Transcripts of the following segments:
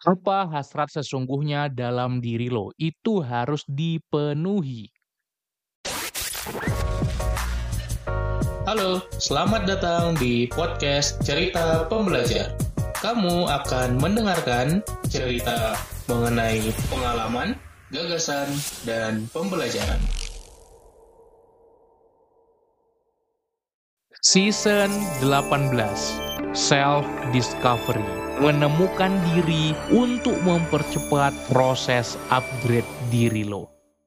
Apa hasrat sesungguhnya dalam diri lo? Itu harus dipenuhi. Halo, selamat datang di podcast Cerita Pembelajar. Kamu akan mendengarkan cerita mengenai pengalaman, gagasan, dan pembelajaran. Season 18, Self Discovery. Menemukan diri untuk mempercepat proses upgrade diri lo.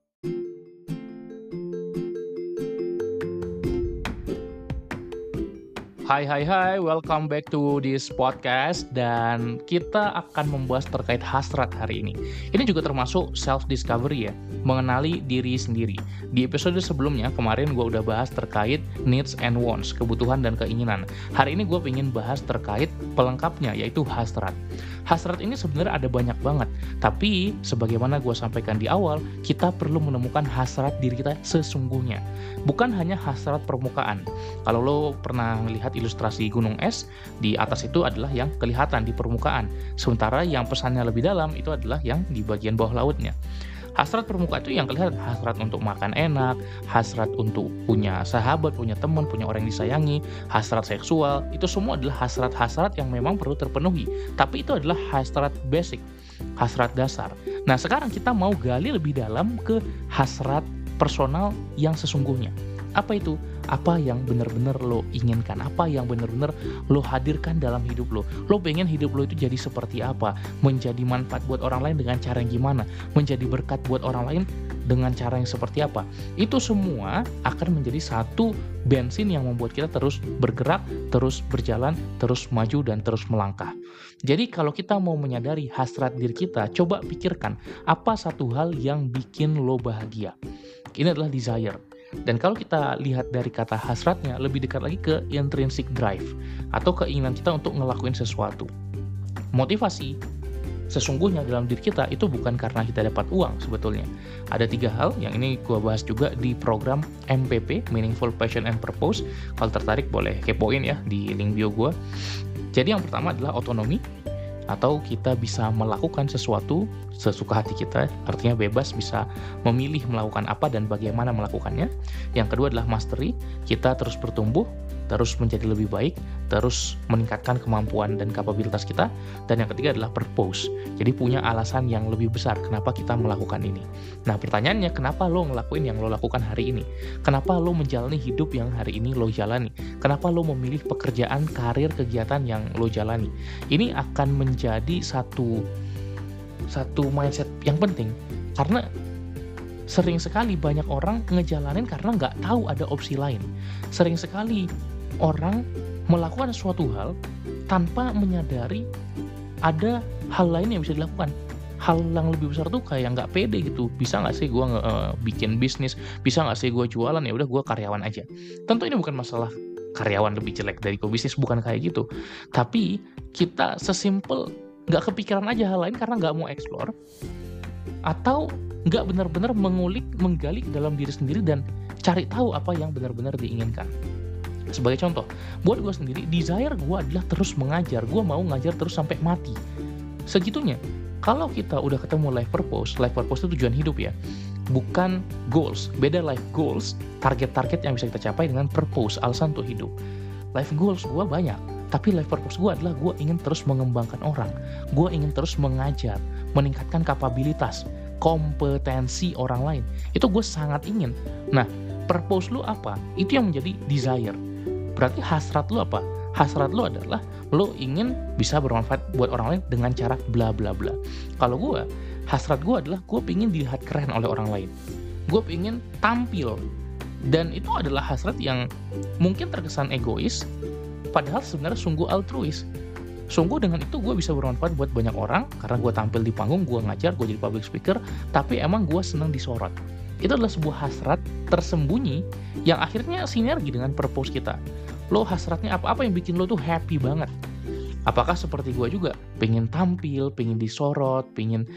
Hai, welcome back to this podcast dan kita akan membahas terkait hasrat hari ini. Ini juga termasuk self-discovery ya, mengenali diri sendiri. Di episode sebelumnya, kemarin gue udah bahas terkait needs and wants, kebutuhan dan keinginan. Hari ini gue pengen bahas terkait pelengkapnya, yaitu hasrat. Hasrat ini sebenarnya ada banyak banget, tapi sebagaimana gue sampaikan di awal, kita perlu menemukan hasrat diri kita sesungguhnya. Bukan hanya hasrat permukaan. Kalau lo pernah melihat ilustrasi gunung es, di atas itu adalah yang kelihatan di permukaan. Sementara yang pesannya lebih dalam itu adalah yang di bagian bawah lautnya. Hasrat permukaan itu yang kelihatan, hasrat untuk makan enak, hasrat untuk punya sahabat, punya teman, punya orang yang disayangi, hasrat seksual, itu semua adalah hasrat-hasrat yang memang perlu terpenuhi. Tapi itu adalah hasrat basic, hasrat dasar. Nah, sekarang kita mau gali lebih dalam ke hasrat personal yang sesungguhnya. Apa itu? Apa yang benar-benar lo inginkan? Apa yang benar-benar lo hadirkan dalam hidup lo? Lo pengen hidup lo itu jadi seperti apa? Menjadi manfaat buat orang lain dengan cara yang gimana? Menjadi berkat buat orang lain dengan cara yang seperti apa? Itu semua akan menjadi satu bensin yang membuat kita terus bergerak, terus berjalan, terus maju, dan terus melangkah. Jadi kalau kita mau menyadari hasrat diri kita, coba pikirkan apa satu hal yang bikin lo bahagia. Ini adalah desire. Dan kalau kita lihat dari kata hasratnya, lebih dekat lagi ke intrinsic drive atau keinginan kita untuk ngelakuin sesuatu. Motivasi sesungguhnya dalam diri kita itu bukan karena kita dapat uang sebetulnya. Ada 3 hal yang ini gue bahas juga di program MPP, Meaningful Passion and Purpose. Kalau tertarik boleh kepoin ya di link bio gue. Jadi yang pertama adalah otonomi, atau kita bisa melakukan sesuatu sesuka hati kita, artinya bebas bisa memilih melakukan apa dan bagaimana melakukannya. Yang kedua adalah mastery, kita terus bertumbuh, terus menjadi lebih baik, terus meningkatkan kemampuan dan kapabilitas kita. Dan yang ketiga adalah purpose, jadi punya alasan yang lebih besar kenapa kita melakukan ini. Nah, pertanyaannya, kenapa lo ngelakuin yang lo lakukan hari ini? Kenapa lo menjalani hidup yang hari ini lo jalani? Kenapa lo memilih pekerjaan, karir, kegiatan yang lo jalani? Ini akan menjadi satu mindset yang penting, karena sering sekali banyak orang ngejalanin karena nggak tahu ada opsi lain. Sering sekali orang melakukan suatu hal tanpa menyadari ada hal lain yang bisa dilakukan. Hal yang lebih besar tuh kayak nggak pede gitu. Bisa nggak sih gue bikin bisnis? Bisa nggak sih gue jualan? Ya udah gue karyawan aja. Tentu ini bukan masalah karyawan lebih jelek dari bisnis, bukan kayak gitu. Tapi kita sesimpel nggak kepikiran aja hal lain karena nggak mau explore, atau nggak benar-benar mengulik, menggali dalam diri sendiri dan cari tahu apa yang benar-benar diinginkan. Sebagai contoh, buat gue sendiri, desire gue adalah terus mengajar. Gue mau ngajar terus sampai mati. Segitunya. Kalau kita udah ketemu life purpose itu tujuan hidup ya, bukan goals. Beda life goals, target-target yang bisa kita capai, dengan purpose, alasan untuk hidup. Life goals gue banyak, tapi life purpose gue adalah gue ingin terus mengembangkan orang. Gue ingin terus mengajar, meningkatkan kapabilitas, kompetensi orang lain. Itu gue sangat ingin. Nah, purpose lu apa? Itu yang menjadi desire. Berarti hasrat lu apa? Hasrat lu adalah lu ingin bisa bermanfaat buat orang lain dengan cara bla bla bla. Kalau gue, hasrat gue adalah gue ingin dilihat keren oleh orang lain. Gue ingin tampil. Dan itu adalah hasrat yang mungkin terkesan egois, padahal sebenarnya sungguh altruis. Sungguh dengan itu gue bisa bermanfaat buat banyak orang, karena gue tampil di panggung, gue ngajar, gue jadi public speaker, tapi emang gue senang disorot. Itu adalah sebuah hasrat tersembunyi yang akhirnya sinergi dengan purpose kita. Lo hasratnya apa yang bikin lo tuh happy banget? Apakah seperti gue juga pengen tampil, pengen disorot, pengen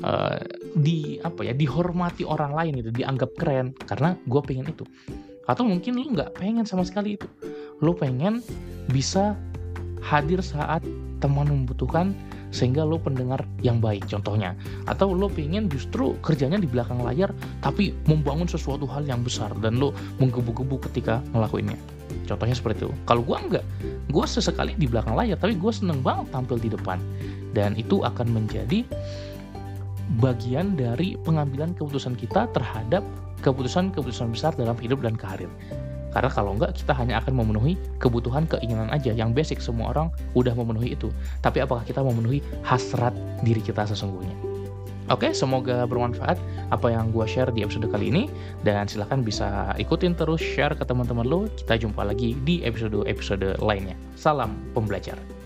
dihormati orang lain gitu, dianggap keren karena gue pengen itu? Atau mungkin lo nggak pengen sama sekali itu, lo pengen bisa hadir saat teman membutuhkan, sehingga lo pendengar yang baik contohnya. Atau lo pengen justru kerjanya di belakang layar tapi membangun sesuatu hal yang besar dan lo menggebu-gebu ketika ngelakuinnya. Contohnya seperti itu. Kalau gue enggak, gue sesekali di belakang layar tapi gue seneng banget tampil di depan. Dan itu akan menjadi bagian dari pengambilan keputusan kita terhadap keputusan-keputusan besar dalam hidup dan karir. Karena kalau enggak, kita hanya akan memenuhi kebutuhan keinginan aja yang basic, semua orang udah memenuhi itu. Tapi apakah kita memenuhi hasrat diri kita sesungguhnya? Oke, semoga bermanfaat apa yang gue share di episode kali ini. Dan silahkan bisa ikutin terus, share ke teman-teman lo. Kita jumpa lagi di episode-episode lainnya. Salam pembelajar.